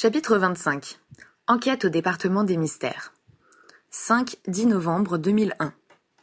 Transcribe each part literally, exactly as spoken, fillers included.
Chapitre vingt-cinq. Enquête au département des mystères. cinq dix novembre deux mille un.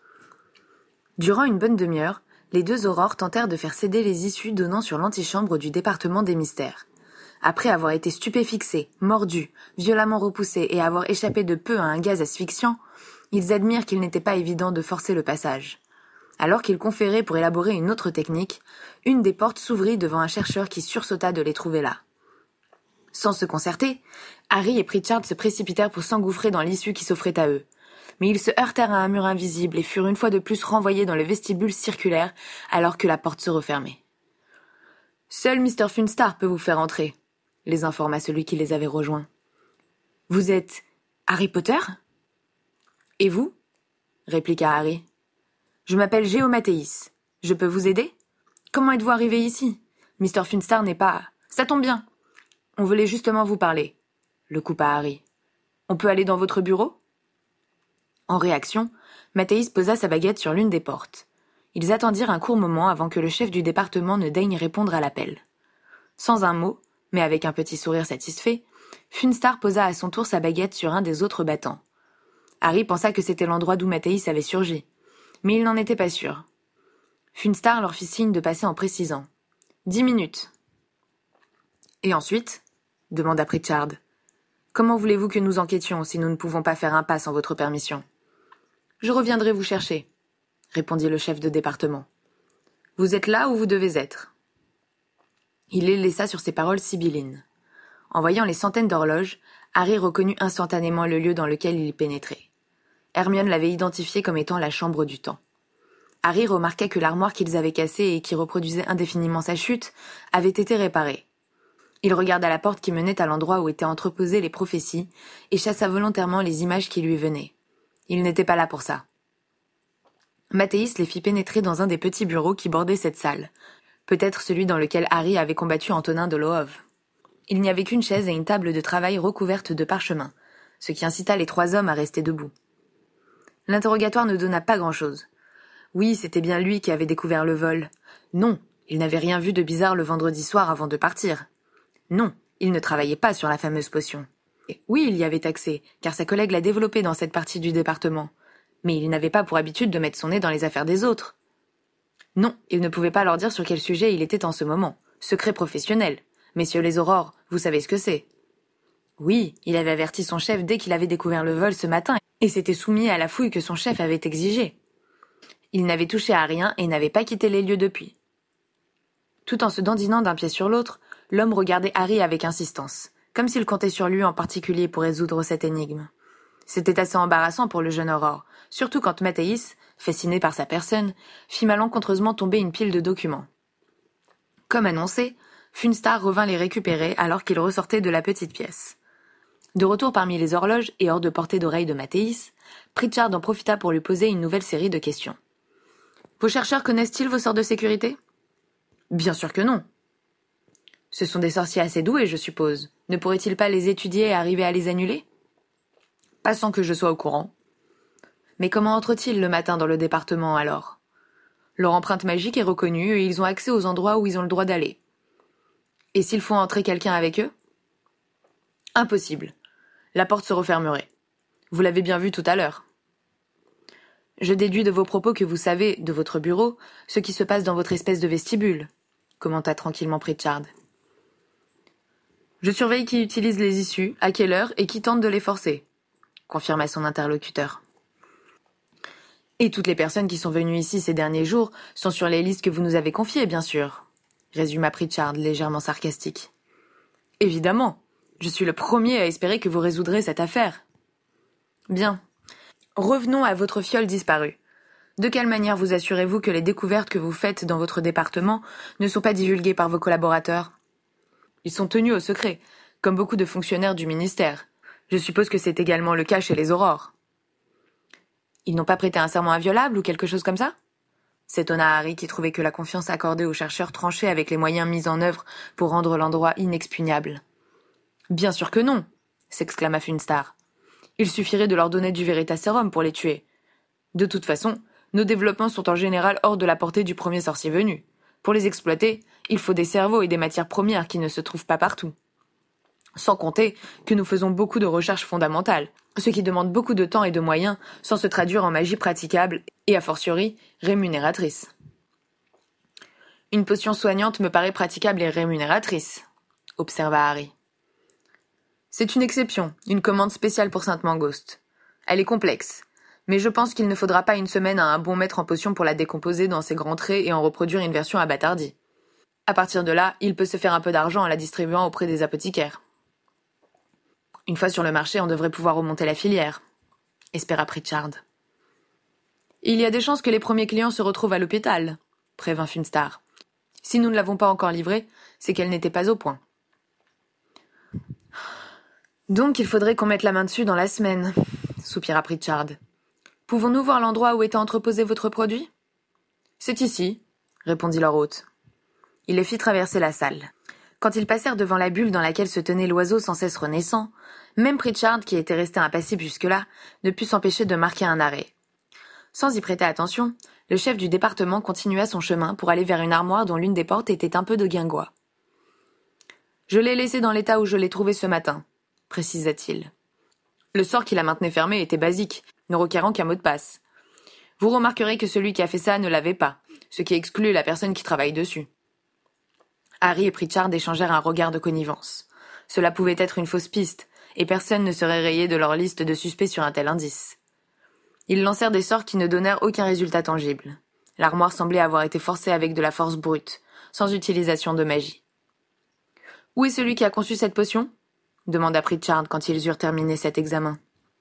Durant une bonne demi-heure, les deux aurores tentèrent de faire céder les issues donnant sur l'antichambre du département des mystères. Après avoir été stupéfixés, mordus, violemment repoussés et avoir échappé de peu à un gaz asphyxiant, ils admirent qu'il n'était pas évident de forcer le passage. Alors qu'ils conféraient pour élaborer une autre technique, une des portes s'ouvrit devant un chercheur qui sursauta de les trouver là. Sans se concerter, Harry et Pritchard se précipitèrent pour s'engouffrer dans l'issue qui s'offrait à eux. Mais ils se heurtèrent à un mur invisible et furent une fois de plus renvoyés dans le vestibule circulaire alors que la porte se refermait. « Seul mister Funstar peut vous faire entrer », les informa celui qui les avait rejoints. « Vous êtes Harry Potter ?»« Et vous ?» répliqua Harry. « Je m'appelle Géomathéis. Je peux vous aider ? Comment êtes-vous arrivé ici ? mister Funstar n'est pas... Ça tombe bien. On voulait justement vous parler. » le coupa Harry. « On peut aller dans votre bureau ?» En réaction, Mathéis posa sa baguette sur l'une des portes. Ils attendirent un court moment avant que le chef du département ne daigne répondre à l'appel. Sans un mot, mais avec un petit sourire satisfait, Funstar posa à son tour sa baguette sur un des autres battants. Harry pensa que c'était l'endroit d'où Mathéis avait surgi, mais il n'en était pas sûr. Funstar leur fit signe de passer en précisant. « Dix minutes. »« Et ensuite ?» demanda Pritchard. « Comment voulez-vous que nous enquêtions si nous ne pouvons pas faire un pas sans votre permission ? » « Je reviendrai vous chercher, » répondit le chef de département. « Vous êtes là où vous devez être. » Il les laissa sur ces paroles sibyllines. En voyant les centaines d'horloges, Harry reconnut instantanément le lieu dans lequel il pénétrait. Hermione l'avait identifié comme étant la chambre du temps. Harry remarqua que l'armoire qu'ils avaient cassée et qui reproduisait indéfiniment sa chute avait été réparée. Il regarda la porte qui menait à l'endroit où étaient entreposées les prophéties et chassa volontairement les images qui lui venaient. Il n'était pas là pour ça. Mathéis les fit pénétrer dans un des petits bureaux qui bordaient cette salle, peut-être celui dans lequel Harry avait combattu Antonin de Loove. Il n'y avait qu'une chaise et une table de travail recouverte de parchemin, ce qui incita les trois hommes à rester debout. L'interrogatoire ne donna pas grand-chose. Oui, c'était bien lui qui avait découvert le vol. Non, il n'avait rien vu de bizarre le vendredi soir avant de partir. Non, il ne travaillait pas sur la fameuse potion. Oui, il y avait accès, car sa collègue l'a développée dans cette partie du département. Mais il n'avait pas pour habitude de mettre son nez dans les affaires des autres. Non, il ne pouvait pas leur dire sur quel sujet il était en ce moment. Secret professionnel. Messieurs les aurores, vous savez ce que c'est. Oui, il avait averti son chef dès qu'il avait découvert le vol ce matin et s'était soumis à la fouille que son chef avait exigée. Il n'avait touché à rien et n'avait pas quitté les lieux depuis. Tout en se dandinant d'un pied sur l'autre, l'homme regardait Harry avec insistance, comme s'il comptait sur lui en particulier pour résoudre cette énigme. C'était assez embarrassant pour le jeune Aurore, surtout quand Mathéis, fasciné par sa personne, fit malencontreusement tomber une pile de documents. Comme annoncé, Funstar revint les récupérer alors qu'il ressortait de la petite pièce. De retour parmi les horloges et hors de portée d'oreille de Mathéis, Pritchard en profita pour lui poser une nouvelle série de questions. « Vos chercheurs connaissent-ils vos sorts de sécurité ?»« Bien sûr que non. »« Ce sont des sorciers assez doués, je suppose. Ne pourraient-ils pas les étudier et arriver à les annuler ?»« Pas sans que je sois au courant. »« Mais comment entrent-ils le matin dans le département, alors ? Leur empreinte magique est reconnue et ils ont accès aux endroits où ils ont le droit d'aller. Et s'il faut entrer quelqu'un avec eux ? Impossible. La porte se refermerait. Vous l'avez bien vu tout à l'heure. Je déduis de vos propos que vous savez, de votre bureau, ce qui se passe dans votre espèce de vestibule, commenta tranquillement Pritchard. Je surveille qui utilise les issues, à quelle heure et qui tente de les forcer, confirma son interlocuteur. Et toutes les personnes qui sont venues ici ces derniers jours sont sur les listes que vous nous avez confiées, bien sûr, résuma Pritchard, légèrement sarcastique. Évidemment, je suis le premier à espérer que vous résoudrez cette affaire. Bien. Revenons à votre fiole disparue. De quelle manière vous assurez-vous que les découvertes que vous faites dans votre département ne sont pas divulguées par vos collaborateurs ? Ils sont tenus au secret, comme beaucoup de fonctionnaires du ministère. Je suppose que c'est également le cas chez les aurores. Ils n'ont pas prêté un serment inviolable ou quelque chose comme ça ? S'étonna Harry qui trouvait que la confiance accordée aux chercheurs tranchait avec les moyens mis en œuvre pour rendre l'endroit inexpugnable. Bien sûr que non, s'exclama Funstar. Il suffirait de leur donner du Veritaserum pour les tuer. De toute façon, nos développements sont en général hors de la portée du premier sorcier venu. Pour les exploiter, il faut des cerveaux et des matières premières qui ne se trouvent pas partout. Sans compter que nous faisons beaucoup de recherches fondamentales, ce qui demande beaucoup de temps et de moyens sans se traduire en magie praticable et, a fortiori, rémunératrice. Une potion soignante me paraît praticable et rémunératrice, observa Harry. C'est une exception, une commande spéciale pour Sainte Mangouste. Elle est complexe, mais je pense qu'il ne faudra pas une semaine à un bon maître en potion pour la décomposer dans ses grands traits et en reproduire une version abâtardie. À partir de là, il peut se faire un peu d'argent en la distribuant auprès des apothicaires. Une fois sur le marché, on devrait pouvoir remonter la filière, espéra Pritchard. Il y a des chances que les premiers clients se retrouvent à l'hôpital, prévint Funstar. Si nous ne l'avons pas encore livrée, c'est qu'elle n'était pas au point. Donc il faudrait qu'on mette la main dessus dans la semaine, soupira Pritchard. Pouvons-nous voir l'endroit où était entreposé votre produit ? C'est ici, répondit leur hôte. Il les fit traverser la salle. Quand ils passèrent devant la bulle dans laquelle se tenait l'oiseau sans cesse renaissant, même Pritchard, qui était resté impassible jusque-là, ne put s'empêcher de marquer un arrêt. Sans y prêter attention, le chef du département continua son chemin pour aller vers une armoire dont l'une des portes était un peu de guingois. « Je l'ai laissé dans l'état où je l'ai trouvé ce matin », précisa-t-il. Le sort qui la maintenait fermée était basique, ne requérant qu'un mot de passe. Vous remarquerez que celui qui a fait ça ne l'avait pas, ce qui exclut la personne qui travaille dessus. Harry et Pritchard échangèrent un regard de connivence. Cela pouvait être une fausse piste, et personne ne serait rayé de leur liste de suspects sur un tel indice. Ils lancèrent des sorts qui ne donnèrent aucun résultat tangible. L'armoire semblait avoir été forcée avec de la force brute, sans utilisation de magie. « Où est celui qui a conçu cette potion ?» demanda Pritchard quand ils eurent terminé cet examen.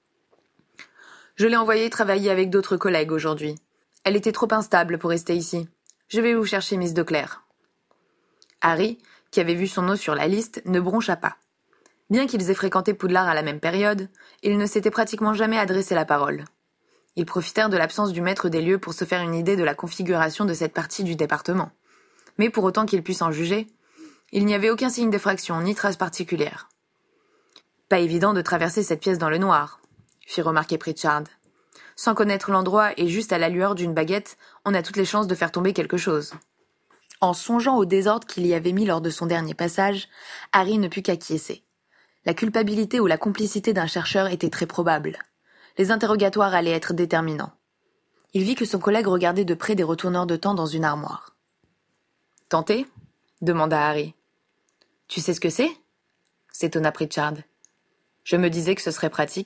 « Je l'ai envoyée travailler avec d'autres collègues aujourd'hui. Elle était trop instable pour rester ici. Je vais vous chercher Miss Dauclair. » Harry, qui avait vu son nom sur la liste, ne broncha pas. Bien qu'ils aient fréquenté Poudlard à la même période, ils ne s'étaient pratiquement jamais adressé la parole. Ils profitèrent de l'absence du maître des lieux pour se faire une idée de la configuration de cette partie du département. Mais pour autant qu'ils puissent en juger, il n'y avait aucun signe d'effraction ni trace particulière. « Pas évident de traverser cette pièce dans le noir », fit remarquer Pritchard. « Sans connaître l'endroit et juste à la lueur d'une baguette, on a toutes les chances de faire tomber quelque chose. » En songeant au désordre qu'il y avait mis lors de son dernier passage, Harry ne put qu'acquiescer. La culpabilité ou la complicité d'un chercheur était très probable. Les interrogatoires allaient être déterminants. Il vit que son collègue regardait de près des retourneurs de temps dans une armoire. « Tenté ?» demanda Harry. « Tu sais ce que c'est ?» s'étonna Pritchard. « Je me disais que ce serait pratique. »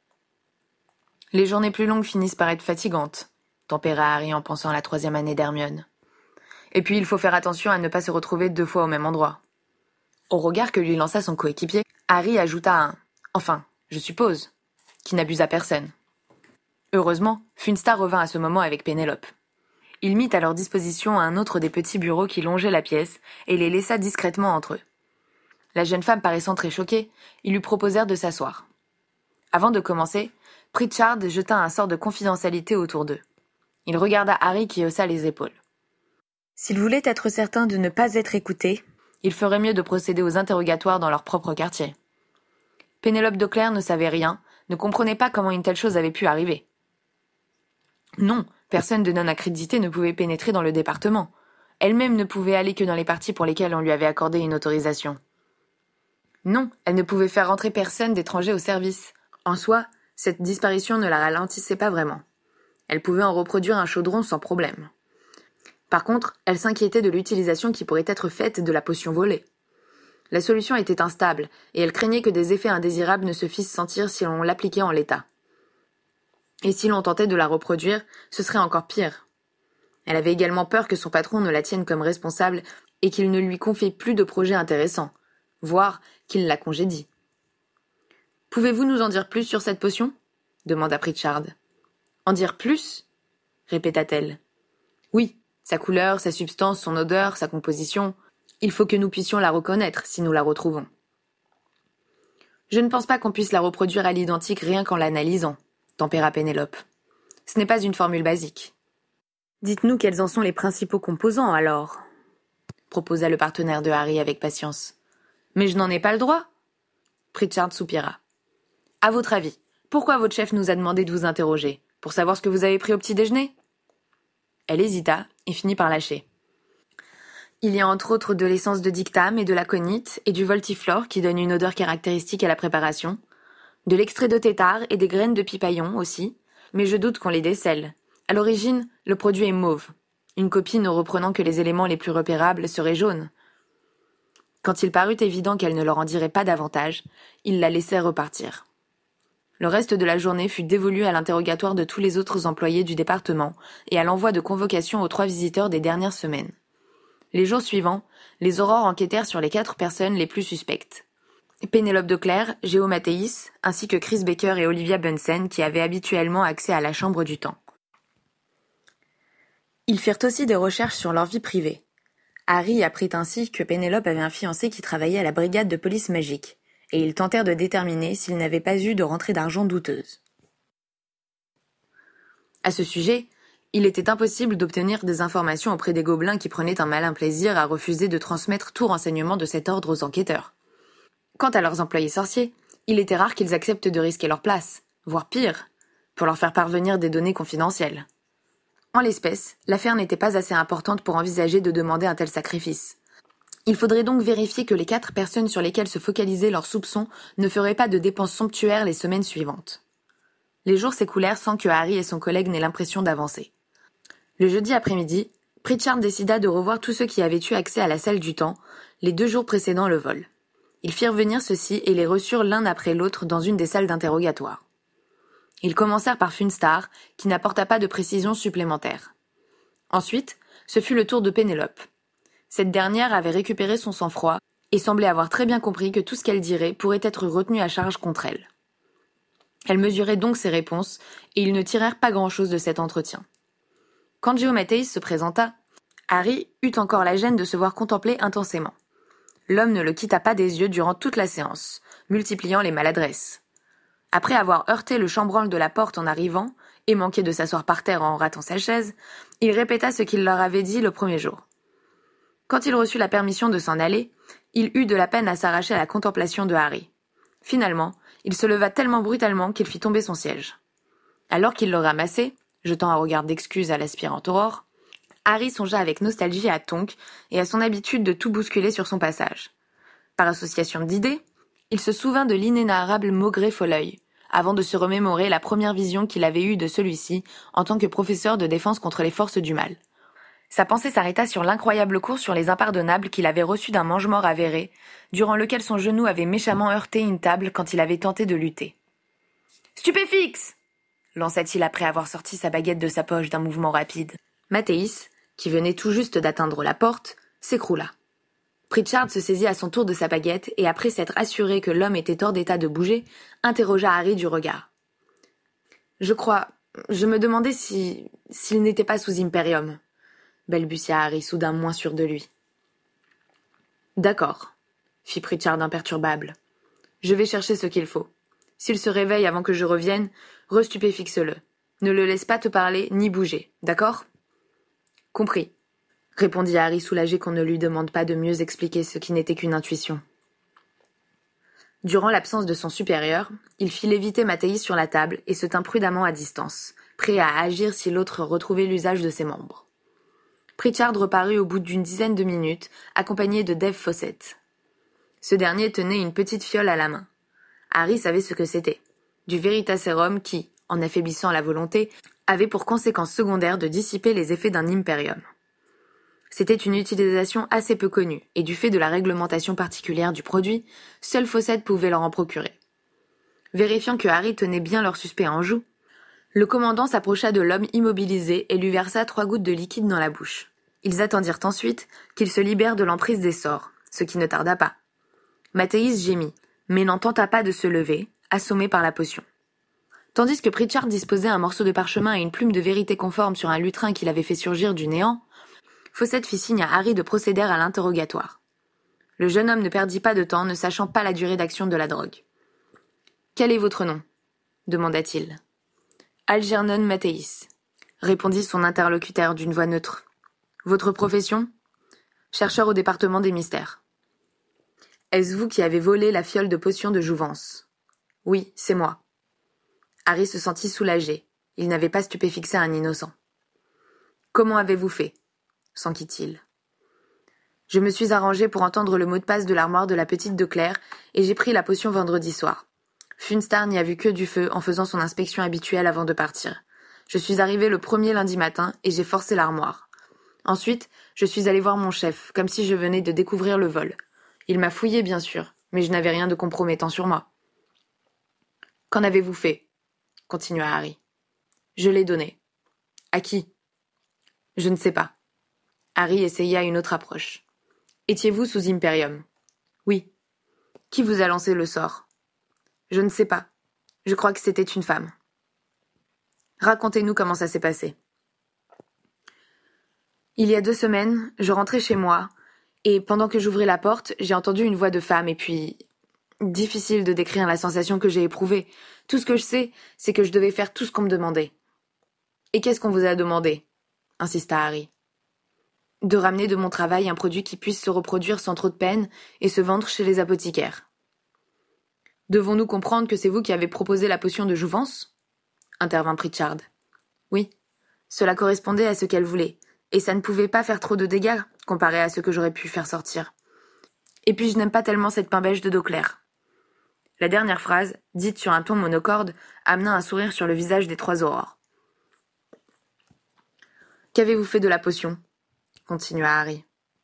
« Les journées plus longues finissent par être fatigantes, » tempéra Harry en pensant à la troisième année d'Hermione. « Et puis il faut faire attention à ne pas se retrouver deux fois au même endroit. » Au regard que lui lança son coéquipier, Harry ajouta un « enfin, je suppose », qui n'abusa personne. Heureusement, Funstar revint à ce moment avec Pénélope. Il mit à leur disposition un autre des petits bureaux qui longeaient la pièce et les laissa discrètement entre eux. La jeune femme paraissant très choquée, ils lui proposèrent de s'asseoir. Avant de commencer, Pritchard jeta un sort de confidentialité autour d'eux. Il regarda Harry qui haussa les épaules. S'il voulait être certain de ne pas être écouté, il ferait mieux de procéder aux interrogatoires dans leur propre quartier. Pénélope Dauclair ne savait rien, ne comprenait pas comment une telle chose avait pu arriver. Non, personne de non accrédité ne pouvait pénétrer dans le département. Elle-même ne pouvait aller que dans les parties pour lesquelles on lui avait accordé une autorisation. Non, elle ne pouvait faire rentrer personne d'étranger au service. En soi, cette disparition ne la ralentissait pas vraiment. Elle pouvait en reproduire un chaudron sans problème. Par contre, elle s'inquiétait de l'utilisation qui pourrait être faite de la potion volée. La solution était instable, et elle craignait que des effets indésirables ne se fissent sentir si l'on l'appliquait en l'état. Et si l'on tentait de la reproduire, ce serait encore pire. Elle avait également peur que son patron ne la tienne comme responsable et qu'il ne lui confie plus de projets intéressants, voire qu'il la congédie. « Pouvez-vous nous en dire plus sur cette potion ?» demanda Pritchard. « En dire plus ?» répéta-t-elle. « Oui, sa couleur, sa substance, son odeur, sa composition. Il faut que nous puissions la reconnaître si nous la retrouvons. » « Je ne pense pas qu'on puisse la reproduire à l'identique rien qu'en l'analysant, » tempéra Pénélope. « Ce n'est pas une formule basique. »« Dites-nous quels en sont les principaux composants, alors ?» proposa le partenaire de Harry avec patience. « Mais je n'en ai pas le droit !» Pritchard soupira. « À votre avis, pourquoi votre chef nous a demandé de vous interroger ? Pour savoir ce que vous avez pris au petit déjeuner ?» Elle hésita et finit par lâcher. Il y a entre autres de l'essence de dictame et de l'aconite et du voltiflore qui donne une odeur caractéristique à la préparation, de l'extrait de tétard et des graines de pipaillon aussi, mais je doute qu'on les décèle. À l'origine, le produit est mauve. Une copie ne reprenant que les éléments les plus repérables serait jaune. Quand il parut évident qu'elle ne leur en dirait pas davantage, ils la laissèrent repartir. Le reste de la journée fut dévolu à l'interrogatoire de tous les autres employés du département et à l'envoi de convocations aux trois visiteurs des dernières semaines. Les jours suivants, les Aurores enquêtèrent sur les quatre personnes les plus suspectes. Pénélope Dauclair, Géo Mathéis, ainsi que Chris Baker et Olivia Bunsen qui avaient habituellement accès à la chambre du temps. Ils firent aussi des recherches sur leur vie privée. Harry apprit ainsi que Pénélope avait un fiancé qui travaillait à la brigade de police magique, et ils tentèrent de déterminer s'il n'avait pas eu de rentrée d'argent douteuse. À ce sujet, il était impossible d'obtenir des informations auprès des gobelins qui prenaient un malin plaisir à refuser de transmettre tout renseignement de cet ordre aux enquêteurs. Quant à leurs employés sorciers, il était rare qu'ils acceptent de risquer leur place, voire pire, pour leur faire parvenir des données confidentielles. En l'espèce, l'affaire n'était pas assez importante pour envisager de demander un tel sacrifice. Il faudrait donc vérifier que les quatre personnes sur lesquelles se focalisaient leurs soupçons ne feraient pas de dépenses somptuaires les semaines suivantes. Les jours s'écoulèrent sans que Harry et son collègue n'aient l'impression d'avancer. Le jeudi après-midi, Pritchard décida de revoir tous ceux qui avaient eu accès à la salle du temps, les deux jours précédant le vol. Ils firent venir ceux-ci et les reçurent l'un après l'autre dans une des salles d'interrogatoire. Ils commencèrent par Funstar, qui n'apporta pas de précisions supplémentaires. Ensuite, ce fut le tour de Pénélope. Cette dernière avait récupéré son sang-froid et semblait avoir très bien compris que tout ce qu'elle dirait pourrait être retenu à charge contre elle. Elle mesurait donc ses réponses, et ils ne tirèrent pas grand-chose de cet entretien. Quand Géo Mathéis se présenta, Harry eut encore la gêne de se voir contempler intensément. L'homme ne le quitta pas des yeux durant toute la séance, multipliant les maladresses. Après avoir heurté le chambranle de la porte en arrivant, et manqué de s'asseoir par terre en ratant sa chaise, il répéta ce qu'il leur avait dit le premier jour. Quand il reçut la permission de s'en aller, il eut de la peine à s'arracher à la contemplation de Harry. Finalement, il se leva tellement brutalement qu'il fit tomber son siège. Alors qu'il le ramassait, jetant un regard d'excuse à l'aspirante Aurore, Harry songea avec nostalgie à Tonks et à son habitude de tout bousculer sur son passage. Par association d'idées, il se souvint de l'inénarrable Maugrey Folleuil, avant de se remémorer la première vision qu'il avait eue de celui-ci en tant que professeur de défense contre les forces du mal. Sa pensée s'arrêta sur l'incroyable cours sur les impardonnables qu'il avait reçu d'un mange-mort avéré, durant lequel son genou avait méchamment heurté une table quand il avait tenté de lutter. « Stupéfixe !» lança-t-il après avoir sorti sa baguette de sa poche d'un mouvement rapide. Mathéis, qui venait tout juste d'atteindre la porte, s'écroula. Pritchard se saisit à son tour de sa baguette et après s'être assuré que l'homme était hors d'état de bouger, interrogea Harry du regard. « Je crois... je me demandais si... s'il n'était pas sous Imperium. » balbutia Harry, soudain moins sûr de lui. « D'accord, » fit Pritchard imperturbable. « Je vais chercher ce qu'il faut. S'il se réveille avant que je revienne, restupéfixe-le. Ne le laisse pas te parler ni bouger, d'accord ? » « Compris, » répondit Harry soulagé qu'on ne lui demande pas de mieux expliquer ce qui n'était qu'une intuition. Durant l'absence de son supérieur, il fit léviter Mathéis sur la table et se tint prudemment à distance, prêt à agir si l'autre retrouvait l'usage de ses membres. Pritchard reparut au bout d'une dizaine de minutes, accompagné de Dave Fawcett. Ce dernier tenait une petite fiole à la main. Harry savait ce que c'était. Du Veritaserum qui, en affaiblissant la volonté, avait pour conséquence secondaire de dissiper les effets d'un Imperium. C'était une utilisation assez peu connue, et du fait de la réglementation particulière du produit, seul Fawcett pouvait leur en procurer. Vérifiant que Harry tenait bien leur suspect en joue, le commandant s'approcha de l'homme immobilisé et lui versa trois gouttes de liquide dans la bouche. Ils attendirent ensuite qu'il se libère de l'emprise des sorts, ce qui ne tarda pas. Mathéis gémit, mais n'en tenta pas de se lever, assommé par la potion. Tandis que Pritchard disposait un morceau de parchemin et une plume de vérité conforme sur un lutrin qu'il avait fait surgir du néant, Fawcett fit signe à Harry de procéder à l'interrogatoire. Le jeune homme ne perdit pas de temps, ne sachant pas la durée d'action de la drogue. « Quel est votre nom ?» demanda-t-il. « Algernon Mathéis », répondit son interlocuteur d'une voix neutre. « Votre profession ? Chercheur au département des mystères. »« Est-ce vous qui avez volé la fiole de potion de jouvence ?»« Oui, c'est moi. » Harry se sentit soulagé. Il n'avait pas stupéfixé un innocent. « Comment avez-vous fait ?» s'enquit-il. Je me suis arrangée pour entendre le mot de passe de l'armoire de la petite de Claire et j'ai pris la potion vendredi soir. Funstar n'y a vu que du feu en faisant son inspection habituelle avant de partir. Je suis arrivée le premier lundi matin et j'ai forcé l'armoire. Ensuite, je suis allée voir mon chef, comme si je venais de découvrir le vol. Il m'a fouillée, bien sûr, mais je n'avais rien de compromettant sur moi. « Qu'en avez-vous fait ?» continua Harry. « Je l'ai donné. »« À qui ?»« Je ne sais pas. » Harry essaya une autre approche. « Étiez-vous sous Imperium ?»« Oui. »« Qui vous a lancé le sort ?»« Je ne sais pas. Je crois que c'était une femme. » « Racontez-nous comment ça s'est passé. » Il y a deux semaines, je rentrais chez moi, et pendant que j'ouvrais la porte, j'ai entendu une voix de femme, et puis... Difficile de décrire la sensation que j'ai éprouvée. Tout ce que je sais, c'est que je devais faire tout ce qu'on me demandait. « Et qu'est-ce qu'on vous a demandé ?» insista Harry. « De ramener de mon travail un produit qui puisse se reproduire sans trop de peine et se vendre chez les apothicaires. »« Devons-nous comprendre que c'est vous qui avez proposé la potion de jouvence ?» intervint Pritchard. « Oui, cela correspondait à ce qu'elle voulait, et ça ne pouvait pas faire trop de dégâts comparé à ce que j'aurais pu faire sortir. Et puis je n'aime pas tellement cette pain beige de dos clair. » La dernière phrase, dite sur un ton monocorde, amena un sourire sur le visage des trois aurores. « Qu'avez-vous fait de la potion ?» continua Harry.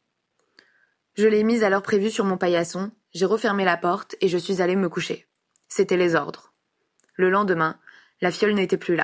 « Je l'ai mise à l'heure prévue sur mon paillasson, j'ai refermé la porte et je suis allé me coucher. C'étaient les ordres. Le lendemain, la fiole n'était plus là. »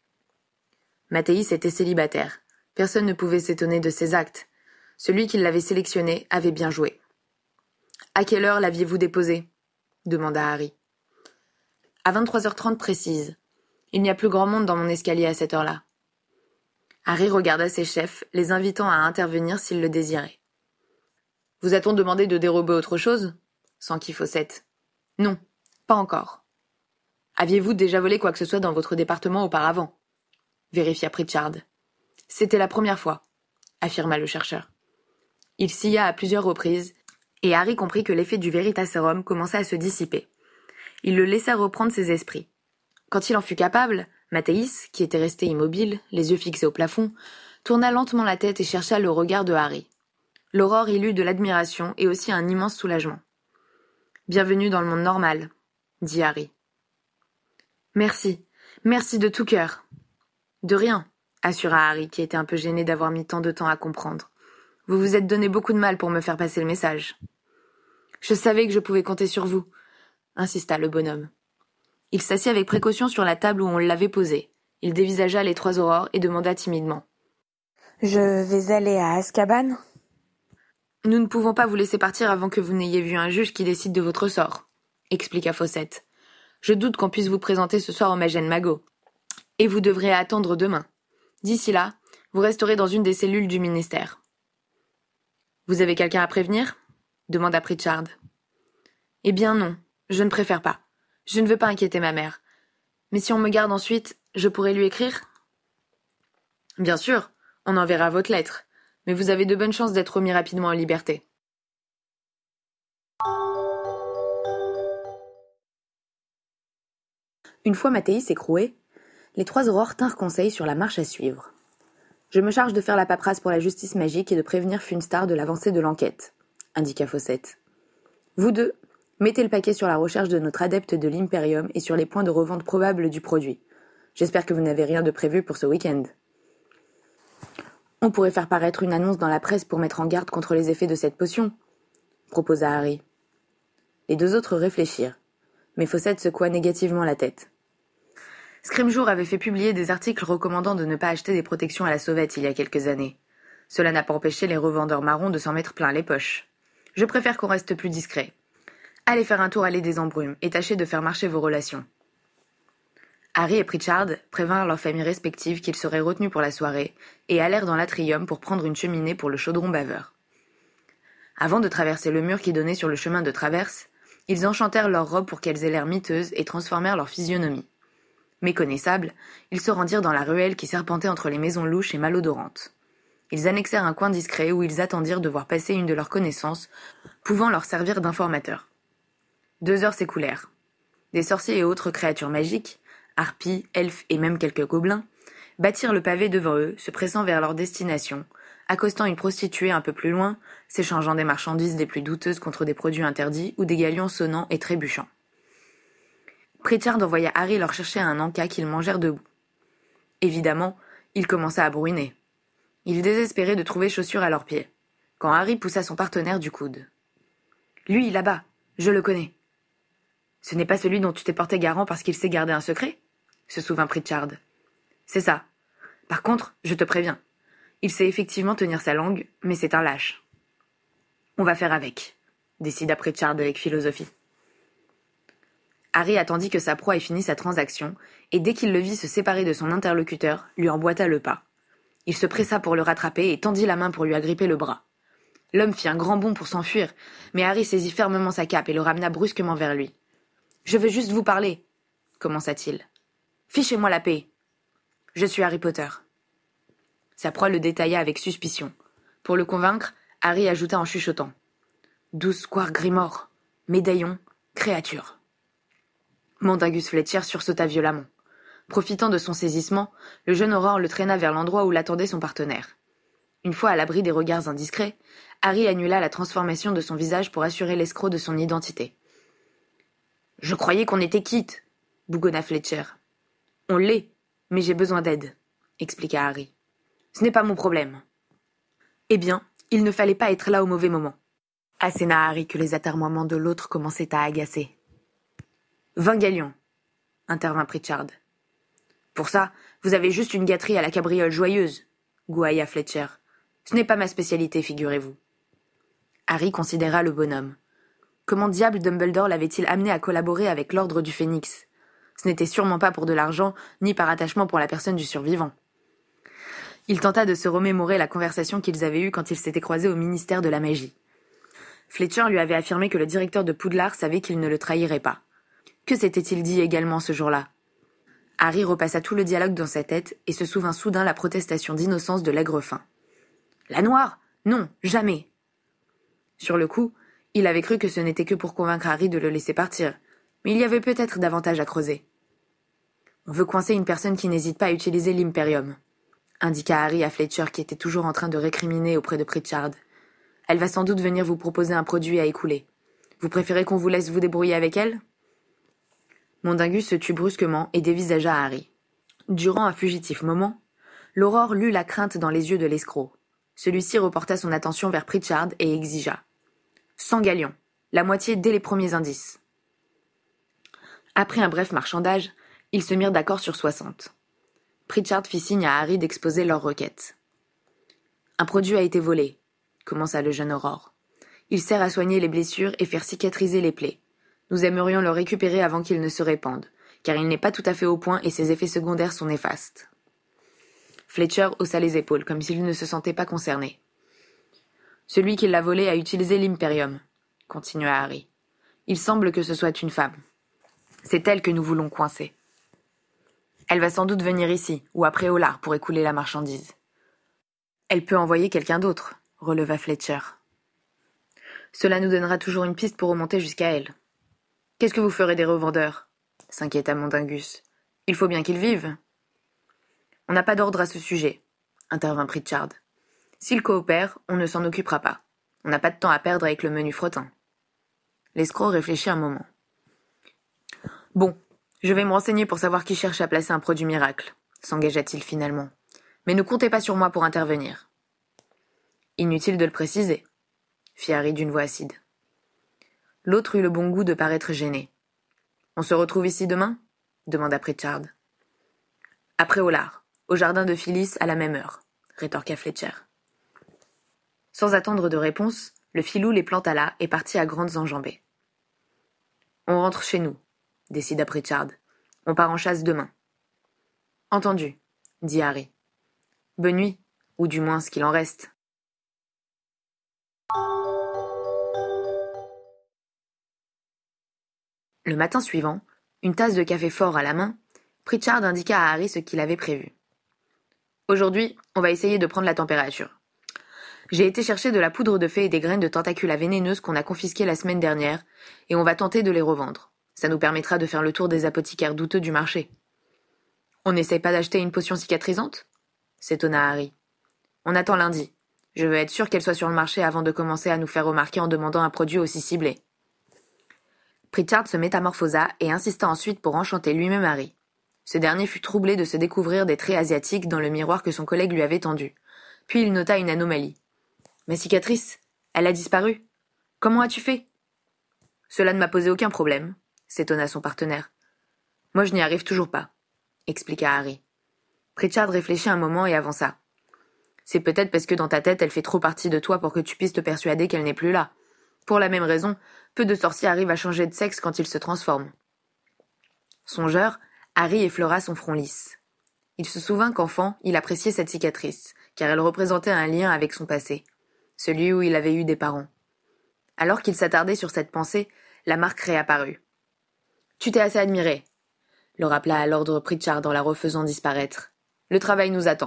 Mathéis était célibataire. Personne ne pouvait s'étonner de ses actes. Celui qui l'avait sélectionné avait bien joué. « À quelle heure l'aviez-vous déposé ?» demanda Harry. « À vingt-trois heures trente précise. Il n'y a plus grand monde dans mon escalier à cette heure-là. » Harry regarda ses chefs, les invitant à intervenir s'ils le désiraient. « Vous a-t-on demandé de dérober autre chose ?» s'enquit Fossette. « Non, pas encore. »« Aviez-vous déjà volé quoi que ce soit dans votre département auparavant ?» vérifia Pritchard. « C'était la première fois, » affirma le chercheur. Il silla à plusieurs reprises, et Harry comprit que l'effet du Veritaserum commençait à se dissiper. Il le laissa reprendre ses esprits. Quand il en fut capable, Mathéis, qui était resté immobile, les yeux fixés au plafond, tourna lentement la tête et chercha le regard de Harry. L'aurore y lut de l'admiration et aussi un immense soulagement. « Bienvenue dans le monde normal, » dit Harry. « Merci, merci de tout cœur. »« De rien, » assura Harry, qui était un peu gêné d'avoir mis tant de temps à comprendre. « Vous vous êtes donné beaucoup de mal pour me faire passer le message. »« Je savais que je pouvais compter sur vous, » insista le bonhomme. Il s'assit avec précaution sur la table où on l'avait posé. Il dévisagea les trois aurores et demanda timidement. « Je vais aller à Azkaban ?»« Nous ne pouvons pas vous laisser partir avant que vous n'ayez vu un juge qui décide de votre sort, » expliqua Fossette. « Je doute qu'on puisse vous présenter ce soir au Magène Magot. Et vous devrez attendre demain. D'ici là, vous resterez dans une des cellules du ministère. »« Vous avez quelqu'un à prévenir ?» demanda Pritchard. « Eh bien non, je ne préfère pas. Je ne veux pas inquiéter ma mère. Mais si on me garde ensuite, je pourrai lui écrire ? » ?»« Bien sûr, on enverra votre lettre, mais vous avez de bonnes chances d'être remis rapidement en liberté. » Une fois Mathéis écroué, les trois aurores tinrent conseil sur la marche à suivre. « Je me charge de faire la paperasse pour la justice magique et de prévenir Funstar de l'avancée de l'enquête, » indiqua Fossette. « Vous deux, mettez le paquet sur la recherche de notre adepte de l'Imperium et sur les points de revente probables du produit. J'espère que vous n'avez rien de prévu pour ce week-end. » « On pourrait faire paraître une annonce dans la presse pour mettre en garde contre les effets de cette potion, » proposa Harry. Les deux autres réfléchirent, mais Fossette secoua négativement la tête. Scrimgeour avait fait publier des articles recommandant de ne pas acheter des protections à la sauvette il y a quelques années. Cela n'a pas empêché les revendeurs marrons de s'en mettre plein les poches. Je préfère qu'on reste plus discret. Allez faire un tour à l'Allée des Embrumes et tâchez de faire marcher vos relations. Harry et Pritchard prévinrent leurs familles respectives qu'ils seraient retenus pour la soirée et allèrent dans l'atrium pour prendre une cheminée pour le chaudron baveur. Avant de traverser le mur qui donnait sur le chemin de traverse, ils enchantèrent leurs robes pour qu'elles aient l'air miteuses et transformèrent leur physionomie. Méconnaissables, ils se rendirent dans la ruelle qui serpentait entre les maisons louches et malodorantes. Ils annexèrent un coin discret où ils attendirent de voir passer une de leurs connaissances, pouvant leur servir d'informateur. Deux heures s'écoulèrent. Des sorciers et autres créatures magiques, harpies, elfes et même quelques gobelins, battirent le pavé devant eux, se pressant vers leur destination, accostant une prostituée un peu plus loin, s'échangeant des marchandises les plus douteuses contre des produits interdits ou des galions sonnants et trébuchants. Pritchard envoya Harry leur chercher un encas qu'ils mangèrent debout. Évidemment, il commença à brouiner. Il désespérait de trouver chaussures à leurs pieds, quand Harry poussa son partenaire du coude. « Lui, là-bas, je le connais. »« Ce n'est pas celui dont tu t'es porté garant parce qu'il sait garder un secret ?» se souvint Pritchard. « C'est ça. Par contre, je te préviens, il sait effectivement tenir sa langue, mais c'est un lâche. »« On va faire avec, » décida Pritchard avec philosophie. Harry attendit que sa proie ait fini sa transaction, et dès qu'il le vit se séparer de son interlocuteur, lui emboîta le pas. Il se pressa pour le rattraper et tendit la main pour lui agripper le bras. L'homme fit un grand bond pour s'enfuir, mais Harry saisit fermement sa cape et le ramena brusquement vers lui. « Je veux juste vous parler, » commença-t-il. « Fichez-moi la paix. Je suis Harry Potter. » Sa proie le détailla avec suspicion. Pour le convaincre, Harry ajouta en chuchotant. « douze Square Grimoire, médaillon, créature. » Montagus Fletcher sursauta violemment. Profitant de son saisissement, le jeune Aurore le traîna vers l'endroit où l'attendait son partenaire. Une fois à l'abri des regards indiscrets, Harry annula la transformation de son visage pour assurer l'escroc de son identité. « Je croyais qu'on était quittes, » bougonna Fletcher. « On l'est, mais j'ai besoin d'aide, » expliqua Harry. « Ce n'est pas mon problème. » Eh bien, il ne fallait pas être là au mauvais moment. Asséna Harry que les atermoiements de l'autre commençaient à agacer. Vingt galions, intervint Pritchard. Pour ça, vous avez juste une gâterie à la cabriole joyeuse, gouailla Fletcher. Ce n'est pas ma spécialité, figurez-vous. Harry considéra le bonhomme. Comment diable Dumbledore l'avait-il amené à collaborer avec l'ordre du Phénix ? Ce n'était sûrement pas pour de l'argent, ni par attachement pour la personne du survivant. Il tenta de se remémorer la conversation qu'ils avaient eue quand ils s'étaient croisés au ministère de la Magie. Fletcher lui avait affirmé que le directeur de Poudlard savait qu'il ne le trahirait pas. Que s'était-il dit également ce jour-là ? Harry repassa tout le dialogue dans sa tête et se souvint soudain la protestation d'innocence de l'Aigrefin. « La Noire ? Non, jamais !» Sur le coup, il avait cru que ce n'était que pour convaincre Harry de le laisser partir, mais il y avait peut-être davantage à creuser. « On veut coincer une personne qui n'hésite pas à utiliser l'Imperium », indiqua Harry à Fletcher qui était toujours en train de récriminer auprès de Pritchard. « Elle va sans doute venir vous proposer un produit à écouler. Vous préférez qu'on vous laisse vous débrouiller avec elle ?» Montagus se tut brusquement et dévisagea Harry. Durant un fugitif moment, l'Aurore lut la crainte dans les yeux de l'escroc. Celui-ci reporta son attention vers Pritchard et exigea. « Cent galions, la moitié dès les premiers indices. » Après un bref marchandage, ils se mirent d'accord sur soixante. Pritchard fit signe à Harry d'exposer leur requête. « Un produit a été volé, » commença le jeune Aurore. « Il sert à soigner les blessures et faire cicatriser les plaies. Nous aimerions le récupérer avant qu'il ne se répande, car il n'est pas tout à fait au point et ses effets secondaires sont néfastes. » Fletcher haussa les épaules, comme s'il ne se sentait pas concerné. « Celui qui l'a volé a utilisé l'Imperium, » continua Harry. « Il semble que ce soit une femme. C'est elle que nous voulons coincer. Elle va sans doute venir ici, ou après Poudlard, pour écouler la marchandise. »« Elle peut envoyer quelqu'un d'autre, » releva Fletcher. « Cela nous donnera toujours une piste pour remonter jusqu'à elle. » « Qu'est-ce que vous ferez des revendeurs ?» s'inquiéta Montagus. « Il faut bien qu'ils vivent. » »« On n'a pas d'ordre à ce sujet, » intervint Pritchard. « S'ils coopèrent, on ne s'en occupera pas. On n'a pas de temps à perdre avec le menu frottin. » L'escroc réfléchit un moment. « Bon, je vais me renseigner pour savoir qui cherche à placer un produit miracle, » s'engagea-t-il finalement. « Mais ne comptez pas sur moi pour intervenir. »« Inutile de le préciser, » fit Harry d'une voix acide. L'autre eut le bon goût de paraître gêné. « On se retrouve ici demain ?» demanda Pritchard. « Après Poudlard, au jardin de Phyllis à la même heure, » rétorqua Fletcher. Sans attendre de réponse, le filou les planta là et partit à grandes enjambées. « On rentre chez nous, » décida Pritchard. « On part en chasse demain. »« Entendu, » dit Harry. « Bonne nuit, ou du moins ce qu'il en reste. » Le matin suivant, une tasse de café fort à la main, Pritchard indiqua à Harry ce qu'il avait prévu. « Aujourd'hui, on va essayer de prendre la température. J'ai été chercher de la poudre de fée et des graines de tentacula vénéneuses qu'on a confisquées la semaine dernière, et on va tenter de les revendre. Ça nous permettra de faire le tour des apothicaires douteux du marché. »« On n'essaye pas d'acheter une potion cicatrisante ?» s'étonna Harry. « On attend lundi. Je veux être sûr qu'elle soit sur le marché avant de commencer à nous faire remarquer en demandant un produit aussi ciblé. Pritchard se métamorphosa et insista ensuite pour enchanter lui-même Harry. Ce dernier fut troublé de se découvrir des traits asiatiques dans le miroir que son collègue lui avait tendu. Puis il nota une anomalie. « Ma cicatrice, elle a disparu. Comment as-tu fait ?»« Cela ne m'a posé aucun problème, » s'étonna son partenaire. « Moi je n'y arrive toujours pas, » expliqua Harry. Pritchard réfléchit un moment et avança. « C'est peut-être parce que dans ta tête elle fait trop partie de toi pour que tu puisses te persuader qu'elle n'est plus là. Pour la même raison, peu de sorciers arrivent à changer de sexe quand ils se transforment. » Songeur, Harry effleura son front lisse. Il se souvint qu'enfant, il appréciait cette cicatrice, car elle représentait un lien avec son passé, celui où il avait eu des parents. Alors qu'il s'attardait sur cette pensée, la marque réapparut. « Tu t'es assez admiré », le rappela à l'ordre Pritchard en la refaisant disparaître. « Le travail nous attend. »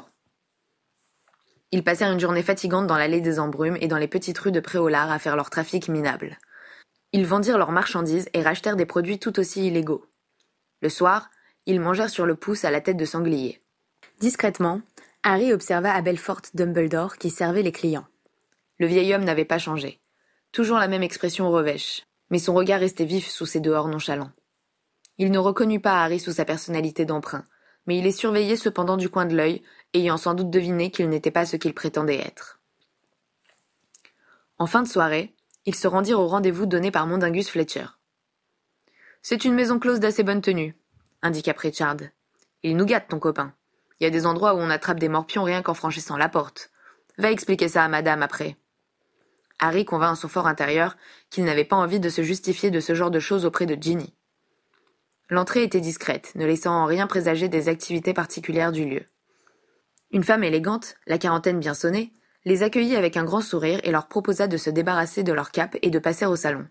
Ils passèrent une journée fatigante dans l'allée des embrumes et dans les petites rues de Préolard à faire leur trafic minable. Ils vendirent leurs marchandises et rachetèrent des produits tout aussi illégaux. Le soir, ils mangèrent sur le pouce à la tête de sanglier. Discrètement, Harry observa Abelfort Dumbledore qui servait les clients. Le vieil homme n'avait pas changé. Toujours la même expression revêche, mais son regard restait vif sous ses dehors nonchalants. Il ne reconnut pas Harry sous sa personnalité d'emprunt, mais il les surveillait cependant du coin de l'œil, ayant sans doute deviné qu'il n'était pas ce qu'il prétendait être. En fin de soirée, ils se rendirent au rendez-vous donné par Mundungus Fletcher. « C'est une maison close d'assez bonne tenue, » indiqua Pritchard. « Il nous gâte, ton copain. Il y a des endroits où on attrape des morpions rien qu'en franchissant la porte. Va expliquer ça à madame après. » Harry convint en son fort intérieur qu'il n'avait pas envie de se justifier de ce genre de choses auprès de Ginny. L'entrée était discrète, ne laissant en rien présager des activités particulières du lieu. Une femme élégante, la quarantaine bien sonnée, les accueillit avec un grand sourire et leur proposa de se débarrasser de leur cape et de passer au salon.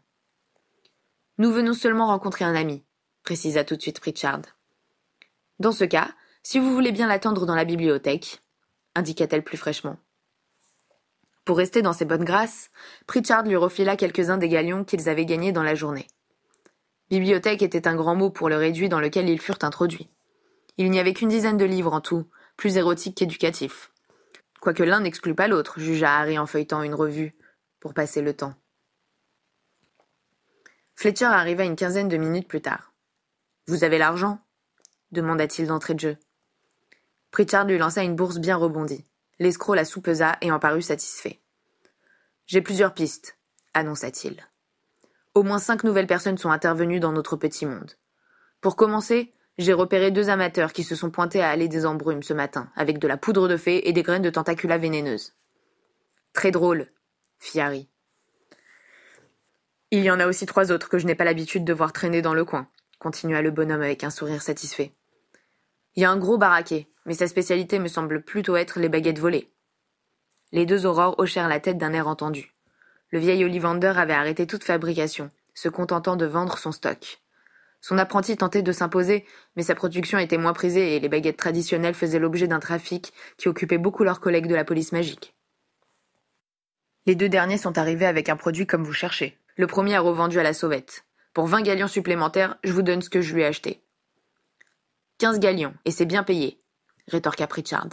« Nous venons seulement rencontrer un ami », précisa tout de suite Pritchard. « Dans ce cas, si vous voulez bien l'attendre dans la bibliothèque, » indiqua-t-elle plus fraîchement. Pour rester dans ses bonnes grâces, Pritchard lui refila quelques-uns des galions qu'ils avaient gagnés dans la journée. Bibliothèque était un grand mot pour le réduit dans lequel ils furent introduits. Il n'y avait qu'une dizaine de livres en tout, plus érotiques qu'éducatifs. Quoique l'un n'exclut pas l'autre, jugea Harry en feuilletant une revue, pour passer le temps. Fletcher arriva une quinzaine de minutes plus tard. « Vous avez l'argent » demanda-t-il d'entrée de jeu. Pritchard lui lança une bourse bien rebondie. L'escroc la soupesa et en parut satisfait. « J'ai plusieurs pistes » annonça-t-il. Au moins cinq nouvelles personnes sont intervenues dans notre petit monde. Pour commencer, j'ai repéré deux amateurs qui se sont pointés à l'allée des embrumes ce matin, avec de la poudre de fée et des graines de tentacula vénéneuses. Très drôle, fit Harry. Il y en a aussi trois autres que je n'ai pas l'habitude de voir traîner dans le coin, continua le bonhomme avec un sourire satisfait. Il y a un gros baraquet, mais sa spécialité me semble plutôt être les baguettes volées. Les deux aurores hochèrent la tête d'un air entendu. Le vieil Ollivander avait arrêté toute fabrication, se contentant de vendre son stock. Son apprenti tentait de s'imposer, mais sa production était moins prisée et les baguettes traditionnelles faisaient l'objet d'un trafic qui occupait beaucoup leurs collègues de la police magique. Les deux derniers sont arrivés avec un produit comme vous cherchez. Le premier a revendu à la sauvette. Pour vingt galions supplémentaires, je vous donne ce que je lui ai acheté. Quinze galions, et c'est bien payé, rétorqua Pritchard.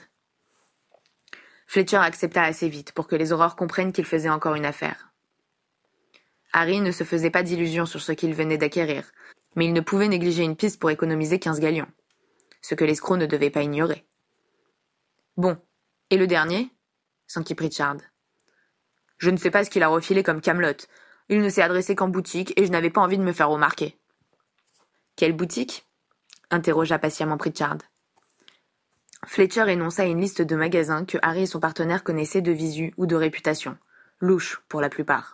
Fletcher accepta assez vite pour que les aurores comprennent qu'il faisait encore une affaire. Harry ne se faisait pas d'illusions sur ce qu'il venait d'acquérir, mais il ne pouvait négliger une piste pour économiser quinze galions, ce que l'escroc ne devait pas ignorer. Bon, et le dernier s'enquit Pritchard. Je ne sais pas ce qu'il a refilé comme camelote. Il ne s'est adressé qu'en boutique et je n'avais pas envie de me faire remarquer. Quelle boutique interrogea patiemment Pritchard. Fletcher énonça une liste de magasins que Harry et son partenaire connaissaient de visu ou de réputation, louches pour la plupart.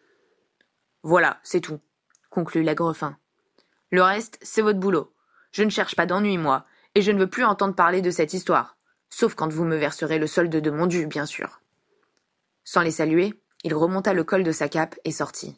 Voilà, c'est tout, conclut l'Aigrefin. Le reste, c'est votre boulot. Je ne cherche pas d'ennui, moi, et je ne veux plus entendre parler de cette histoire, sauf quand vous me verserez le solde de mon dû, bien sûr. Sans les saluer, il remonta le col de sa cape et sortit.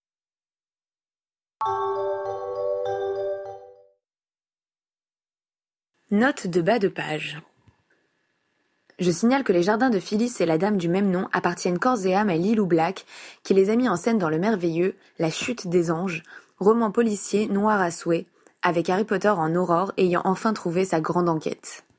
Note de bas de page. Je signale que les jardins de Phyllis et la dame du même nom appartiennent corps et âme à Lilou Black, qui les a mis en scène dans le merveilleux La Chute des Anges, roman policier noir à souhait, avec Harry Potter en aurore ayant enfin trouvé sa grande enquête.